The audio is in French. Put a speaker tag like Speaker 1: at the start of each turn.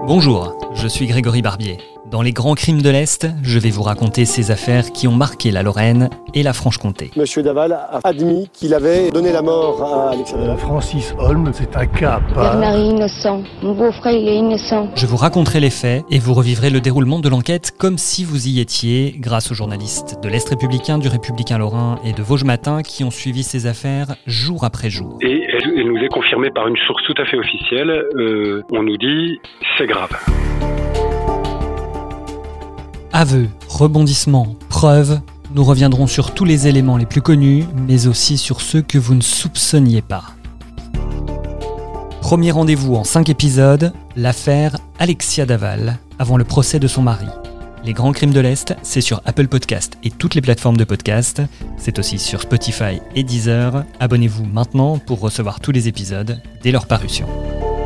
Speaker 1: Bonjour, je suis Grégory Barbier. Dans les grands crimes de l'Est, je vais vous raconter ces affaires qui ont marqué la Lorraine et la Franche-Comté.
Speaker 2: Monsieur Daval a admis qu'il avait donné la mort à Alexia Daval.
Speaker 3: Francis Holm, c'est un cas à part.
Speaker 4: Bernard est innocent. Mon beau-frère, il est innocent.
Speaker 1: Je vous raconterai les faits et vous revivrez le déroulement de l'enquête comme si vous y étiez, grâce aux journalistes de l'Est républicain, du Républicain Lorrain et de Vosges Matin qui ont suivi ces affaires jour après jour.
Speaker 5: Et elle nous est confirmée par une source tout à fait officielle. On nous dit c'est grave.
Speaker 1: Aveux, rebondissements, preuves, nous reviendrons sur tous les éléments les plus connus, mais aussi sur ceux que vous ne soupçonniez pas. Premier rendez-vous en 5 épisodes, l'affaire Alexia Daval, avant le procès de son mari. Les grands crimes de l'Est, c'est sur Apple Podcast et toutes les plateformes de podcast. C'est aussi sur Spotify et Deezer. Abonnez-vous maintenant pour recevoir tous les épisodes dès leur parution.